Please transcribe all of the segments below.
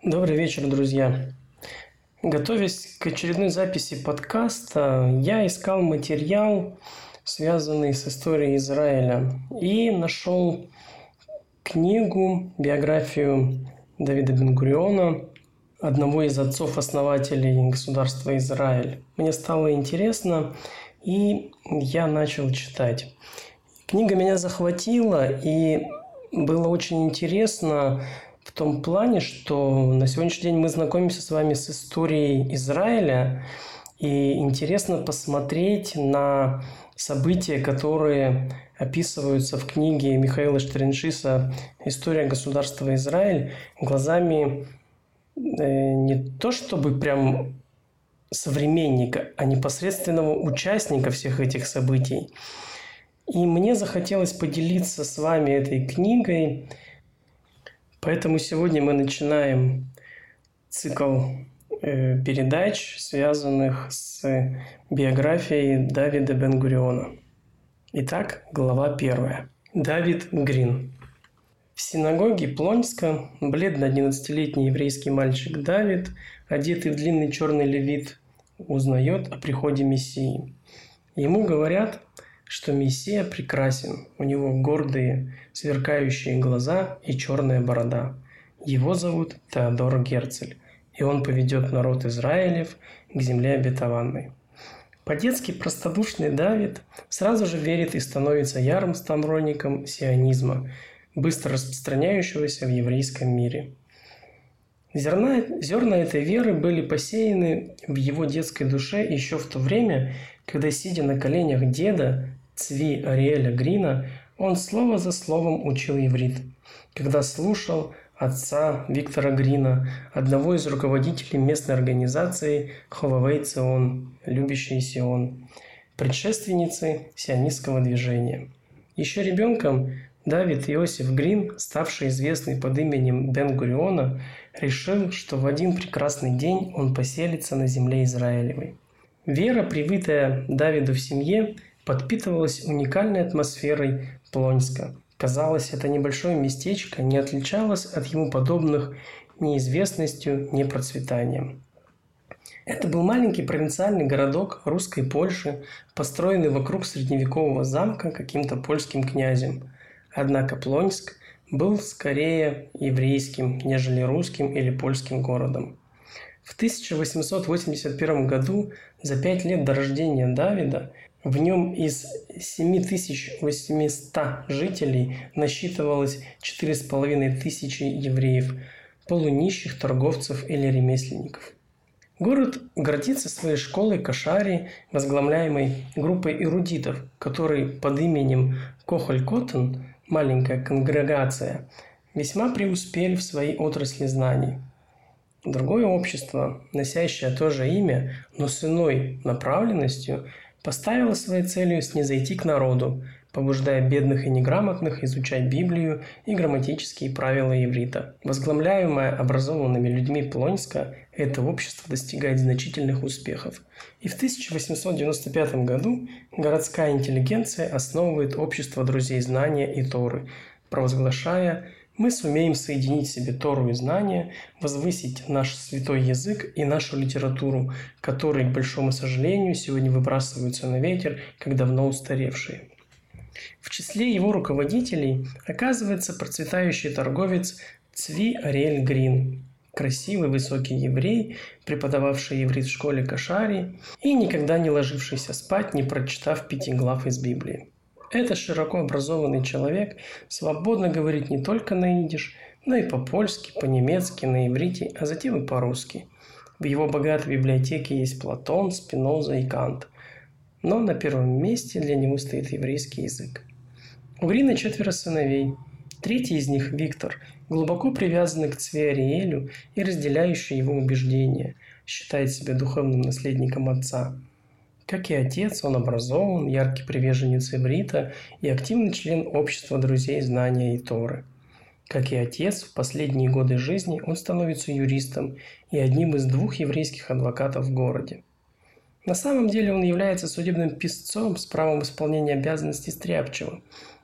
Добрый вечер, друзья. Готовясь к очередной записи подкаста, я искал материал, связанный с историей Израиля, и нашел книгу, биографию Давида Бен-Гуриона, одного из отцов-основателей государства Израиль. Мне стало интересно, и я начал читать. Книга меня захватила, и было очень интересно в том плане, что на сегодняшний день мы знакомимся с вами с историей Израиля, и интересно посмотреть на события, которые описываются в книге Михаила Штерншиса «История государства Израиль» глазами не то чтобы прям современника, а непосредственного участника всех этих событий. И мне захотелось поделиться с вами этой книгой, поэтому сегодня мы начинаем цикл передач, связанных с биографией Давида Бен-Гуриона. Итак, глава 1. Давид Грин. В синагоге Плонска бледно 11-летний еврейский мальчик Давид, одетый в длинный черный левит, узнает о приходе Мессии. Ему говорят, что Мессия прекрасен, у него гордые, сверкающие глаза и черная борода. Его зовут Теодор Герцель, и он поведет народ Израилев к земле обетованной. По-детски простодушный Давид сразу же верит и становится ярым сторонником сионизма, быстро распространяющегося в еврейском мире. Зерна этой веры были посеяны в его детской душе еще в то время, когда, сидя на коленях деда Цви Ариэля Грина, он слово за словом учил иврит. Когда слушал отца Виктора Грина, одного из руководителей местной организации Ховавей Цион, любящий Сион, предшественницы сионистского движения. Еще ребенком Давид Иосиф Грин, ставший известный под именем Бен-Гуриона, решил, что в один прекрасный день он поселится на земле Израилевой. Вера, привитая Давиду в семье, подпитывалась уникальной атмосферой Плонска. Казалось, это небольшое местечко не отличалось от ему подобных ни известностью, ни процветанием. Это был маленький провинциальный городок русской Польши, построенный вокруг средневекового замка каким-то польским князем. Однако Плонск был скорее еврейским, нежели русским или польским городом. В 1881 году, за 5 лет до рождения Давида, в нем из 7800 жителей насчитывалось 4500 евреев, полунищих торговцев или ремесленников. Город гордится своей школой Кашари, возглавляемой группой эрудитов, которые под именем Кохоль-Коттон, маленькая конгрегация, весьма преуспели в своей отрасли знаний. Другое общество, носящее то же имя, но с иной направленностью, поставило своей целью снизойти к народу, побуждая бедных и неграмотных изучать Библию и грамматические правила иврита. Возглавляемое образованными людьми Плонска, это общество достигает значительных успехов. И в 1895 году городская интеллигенция основывает общество друзей знания и Торы, провозглашая: «Мы сумеем соединить в себе Тору и знания, возвысить наш святой язык и нашу литературу, которые, к большому сожалению, сегодня выбрасываются на ветер, как давно устаревшие». В числе его руководителей оказывается процветающий торговец Цви Ариэль Грин, красивый высокий еврей, преподававший иврит в школе Кашари и никогда не ложившийся спать, не прочитав 5 глав из Библии. Этот широко образованный человек свободно говорит не только на идиш, но и по-польски, по-немецки, на иврите, а затем и по-русски. В его богатой библиотеке есть Платон, Спиноза и Кант. Но на первом месте для него стоит еврейский язык. У Грина 4 сыновей. Третий из них, Виктор, глубоко привязанный к Цви Ариэлю и разделяющий его убеждения, считает себя духовным наследником отца. Как и отец, он образован, яркий приверженец иврита и активный член общества друзей знания и Торы. Как и отец, в последние годы жизни он становится юристом и одним из 2 еврейских адвокатов в городе. На самом деле он является судебным писцом с правом исполнения обязанностей стряпчего.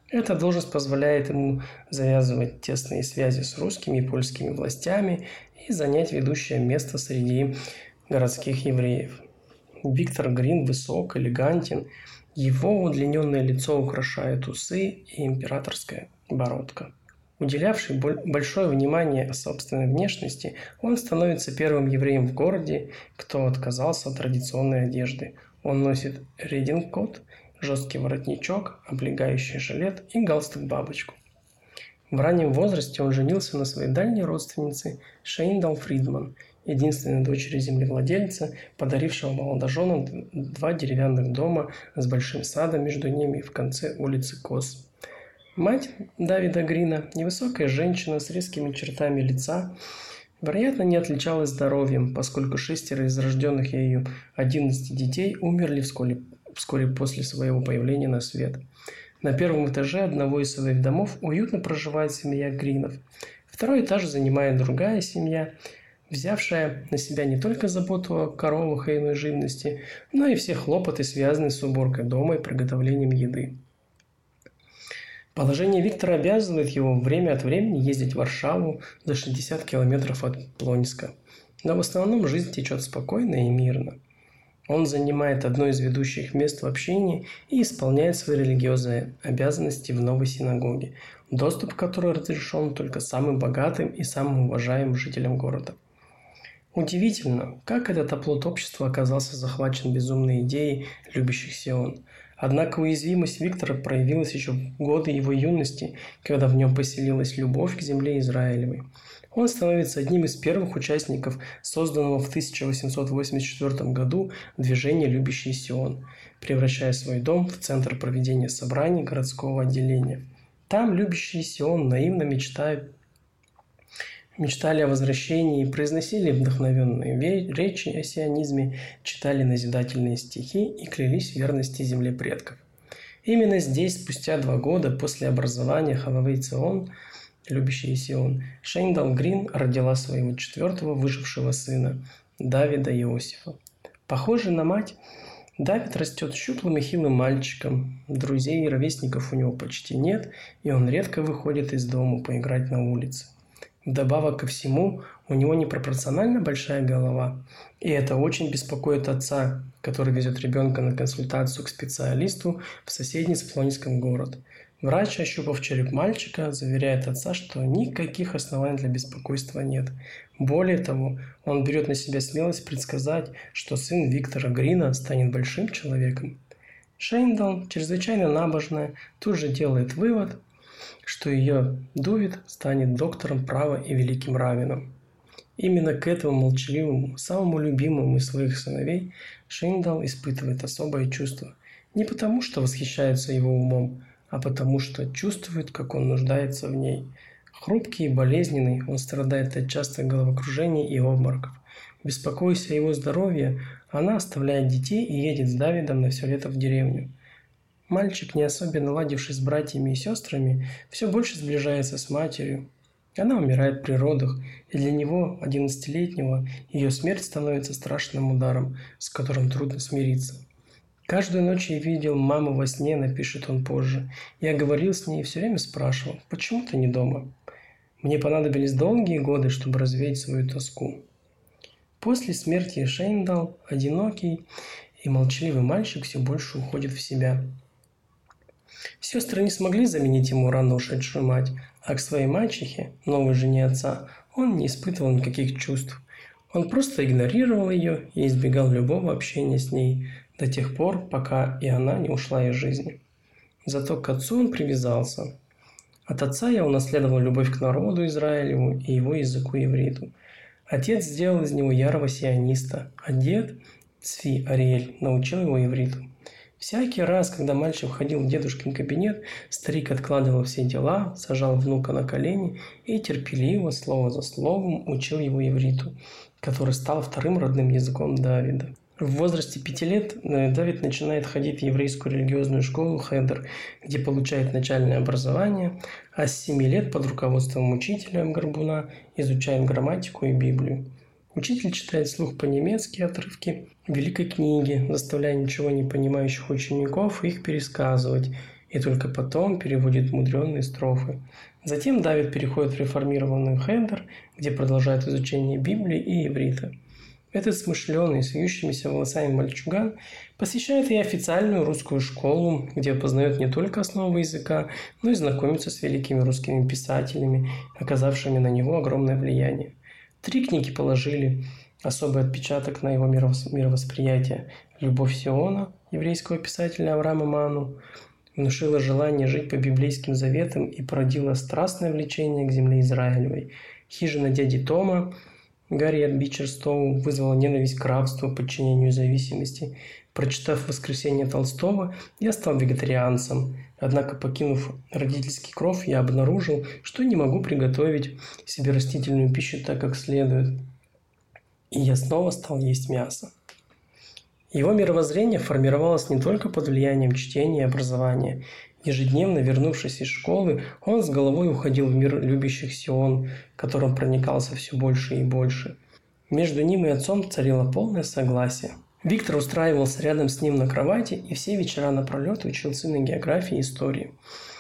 Эта должность позволяет ему завязывать тесные связи с русскими и польскими властями и занять ведущее место среди городских евреев. Виктор Грин высок, элегантен, его удлиненное лицо украшает усы и императорская бородка. Уделявший большое внимание собственной внешности, он становится первым евреем в городе, кто отказался от традиционной одежды. Он носит рединг-кот, жесткий воротничок, облегающий жилет и галстук-бабочку. В раннем возрасте он женился на своей дальней родственнице Шейндал Фридман, единственной дочери землевладельца, подарившего молодоженам 2 деревянных дома с большим садом между ними в конце улицы Кос. Мать Давида Грина, невысокая женщина с резкими чертами лица, вероятно, не отличалась здоровьем, поскольку 6 из рожденных ею 11 детей умерли вскоре после своего появления на свет. На первом этаже одного из своих домов уютно проживает семья Гринов. Второй этаж занимает другая семья, взявшая на себя не только заботу о коровах и иной живности, но и все хлопоты, связанные с уборкой дома и приготовлением еды. Положение Виктора обязывает его время от времени ездить в Варшаву за 60 километров от Плонска. Но в основном жизнь течет спокойно и мирно. Он занимает одно из ведущих мест в общении и исполняет свои религиозные обязанности в новой синагоге, доступ к которой разрешен только самым богатым и самым уважаемым жителям города. Удивительно, как этот оплот общества оказался захвачен безумной идеей любящих Сион. Однако уязвимость Виктора проявилась еще в годы его юности, когда в нем поселилась любовь к земле Израилевой. Он становится одним из первых участников созданного в 1884 году движения «Любящий Сион», превращая свой дом в центр проведения собраний городского отделения. Там любящие Сион наивно мечтали о возвращении, произносили вдохновенные речи о сионизме, читали назидательные стихи и клялись в верности земле предков. Именно здесь, спустя 2 года после образования Хававей Цион, любящий Сион, Шейндал Грин родила своего 4-го выжившего сына, Давида Иосифа. Похожий на мать, Давид растет щуплым и хилым мальчиком, друзей и ровесников у него почти нет, и он редко выходит из дома поиграть на улице. Вдобавок ко всему, у него непропорционально большая голова, и это очень беспокоит отца, который везет ребенка на консультацию к специалисту в соседний с Плонском город. Врач, ощупав череп мальчика, заверяет отца, что никаких оснований для беспокойства нет. Более того, он берет на себя смелость предсказать, что сын Виктора Грина станет большим человеком. Шейндал, чрезвычайно набожная, тут же делает вывод, что ее Давид станет доктором права и великим раввином. Именно к этому молчаливому, самому любимому из своих сыновей Шейндал испытывает особое чувство. Не потому, что восхищается его умом, а потому, что чувствует, как он нуждается в ней. Хрупкий и болезненный, он страдает от частых головокружений и обмороков. Беспокоясь о его здоровье, она оставляет детей и едет с Давидом на все лето в деревню. Мальчик, не особенно ладивший с братьями и сестрами, все больше сближается с матерью. Она умирает при родах, и для него, 11-летнего, ее смерть становится страшным ударом, с которым трудно смириться. «Каждую ночь я видел маму во сне», — напишет он позже. «Я говорил с ней и все время спрашивал, почему ты не дома?» Мне понадобились долгие годы, чтобы развеять свою тоску. После смерти Шейндал одинокий и молчаливый мальчик все больше уходит в себя. Сестры не смогли заменить ему рано ушедшую мать, а к своей мачехе, новой жене отца, он не испытывал никаких чувств. Он просто игнорировал ее и избегал любого общения с ней до тех пор, пока и она не ушла из жизни. Зато к отцу он привязался. От отца я унаследовал любовь к народу Израилеву и его языку ивриту. Отец сделал из него ярого сиониста, а дед, Цви Ариэль, научил его ивриту. Всякий раз, когда мальчик входил в дедушкин кабинет, старик откладывал все дела, сажал внука на колени и терпеливо, слово за словом, учил его ивриту, который стал вторым родным языком Давида. В возрасте 5 лет Давид начинает ходить в еврейскую религиозную школу Хедер, где получает начальное образование, а с 7 лет под руководством учителя Горбуна изучает грамматику и Библию. Учитель читает вслух по-немецки отрывки Великой книги, заставляя ничего не понимающих учеников их пересказывать, и только потом переводит мудренные строфы. Затем Давид переходит в реформированную Хедер, где продолжает изучение Библии и иврита. Этот смышленый, с вьющимися волосами мальчуган посещает и официальную русскую школу, где познает не только основы языка, но и знакомится с великими русскими писателями, оказавшими на него огромное влияние. 3 книги положили особый отпечаток на его мировосприятие. «Любовь Сиона» еврейского писателя Авраама Ману внушила желание жить по библейским заветам и породила страстное влечение к земле Израилевой. «Хижина дяди Тома» Гарриет Бичерстоу вызвала ненависть к рабству, подчинению зависимости. Прочитав «Воскресенье» Толстого, я стал вегетарианцем. Однако, покинув родительский кров, я обнаружил, что не могу приготовить себе растительную пищу так, как следует. И я снова стал есть мясо. Его мировоззрение формировалось не только под влиянием чтения и образования. Ежедневно вернувшись из школы, он с головой уходил в мир любящих Сион, которым проникался все больше и больше. Между ним и отцом царило полное согласие. Виктор устраивался рядом с ним на кровати и все вечера напролет учил сына географии и истории.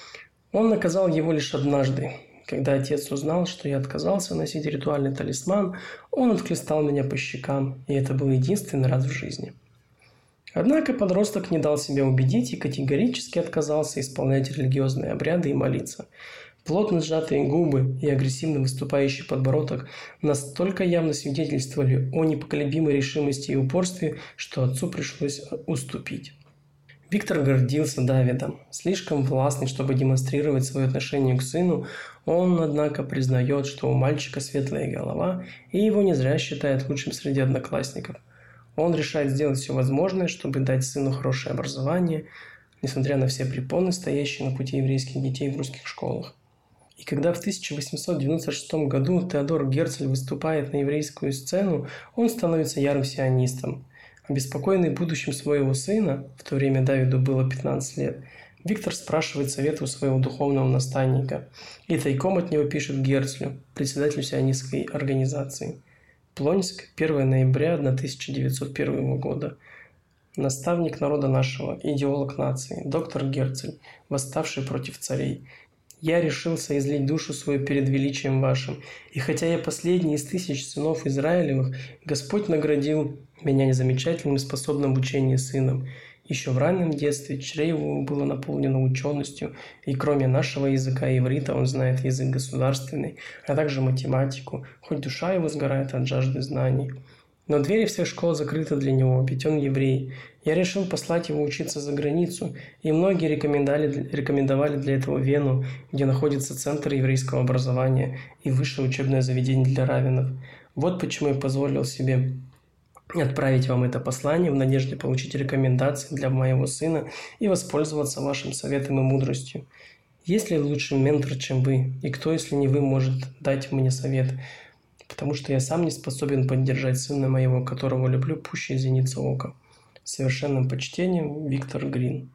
Он наказал его лишь однажды. Когда отец узнал, что я отказался носить ритуальный талисман, он отхлестал меня по щекам, и это был единственный раз в жизни. Однако подросток не дал себя убедить и категорически отказался исполнять религиозные обряды и молиться. Плотно сжатые губы и агрессивно выступающий подбородок настолько явно свидетельствовали о непоколебимой решимости и упорстве, что отцу пришлось уступить. Виктор гордился Давидом. Слишком властный, чтобы демонстрировать свое отношение к сыну, он, однако, признает, что у мальчика светлая голова, и его не зря считает лучшим среди одноклассников. Он решает сделать все возможное, чтобы дать сыну хорошее образование, несмотря на все препоны, стоящие на пути еврейских детей в русских школах. И когда в 1896 году Теодор Герцль выступает на еврейскую сцену, он становится ярым сионистом. Обеспокоенный будущим своего сына, в то время Давиду было 15 лет, Виктор спрашивает совета у своего духовного наставника и тайком от него пишет Герцлю, председателю сионистской организации. Плонск, 1 ноября 1901 года. Наставник народа нашего, идеолог нации, доктор Герцль, восставший против царей. Я решился излить душу свою перед величием вашим, и хотя я последний из 1000 сынов Израилевых, Господь наградил меня незамечательным и способным в учении сыном. Еще в раннем детстве чрево его было наполнено ученостью, и кроме нашего языка иврита он знает язык государственный, а также математику, хоть душа его сгорает от жажды знаний. Но двери всех школ закрыты для него, ведь он еврей. Я решил послать его учиться за границу, и многие рекомендовали для этого Вену, где находится Центр еврейского образования и высшее учебное заведение для раввинов. Вот почему я позволил себе отправить вам это послание в надежде получить рекомендации для моего сына и воспользоваться вашим советом и мудростью. Есть ли лучший ментор, чем вы? И кто, если не вы, может дать мне совет? Потому что я сам не способен поддержать сына моего, которого люблю пуще зеницы ока. С совершенным почтением, Виктор Грин.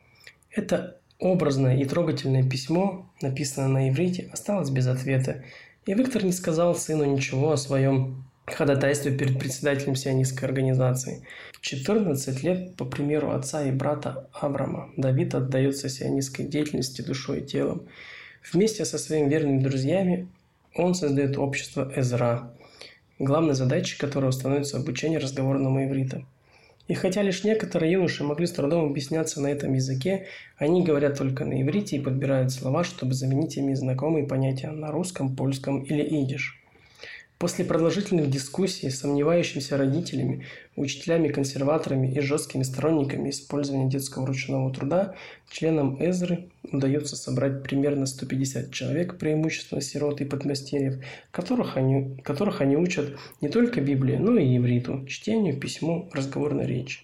Это образное и трогательное письмо, написанное на иврите, осталось без ответа, и Виктор не сказал сыну ничего о своем ходатайстве перед председателем сионистской организации. В 14 лет, по примеру отца и брата Авраама, Давид отдается сионистской деятельности душой и телом. Вместе со своими верными друзьями он создает общество Эзра, главной задачей которого становится обучение разговорному иврита. И хотя лишь некоторые юноши могли с трудом объясняться на этом языке, они говорят только на иврите и подбирают слова, чтобы заменить ими знакомые понятия на русском, польском или идиш. После продолжительных дискуссий с сомневающимися родителями, учителями-консерваторами и жесткими сторонниками использования детского ручного труда, членам Эзры удается собрать примерно 150 человек, преимущественно сирот и подмастерьев, которых они учат не только Библии, но и ивриту, чтению, письму, разговорной речи.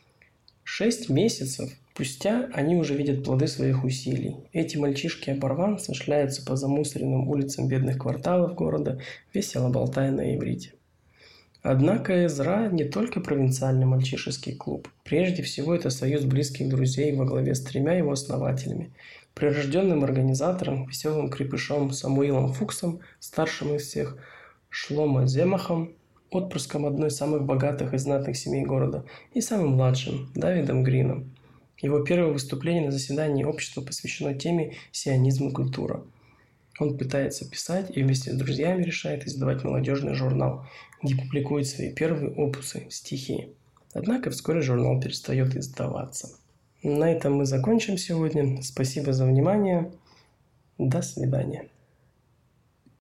6 месяцев спустя они уже видят плоды своих усилий. Эти мальчишки-оборванцы шляются по замусоренным улицам бедных кварталов города, весело болтая на иврите. Однако Эзра не только провинциальный мальчишеский клуб. Прежде всего, это союз близких друзей во главе с 3 его основателями. Прирожденным организатором, веселым крепышом Самуилом Фуксом, старшим из всех, Шломо Земахом, отпрыском одной из самых богатых и знатных семей города, и самым младшим, Давидом Грином. Его первое выступление на заседании общества посвящено теме «Сионизм и культура». Он пытается писать и вместе с друзьями решает издавать молодежный журнал, где публикует свои первые опусы, стихи. Однако вскоре журнал перестает издаваться. На этом мы закончим сегодня. Спасибо за внимание. До свидания.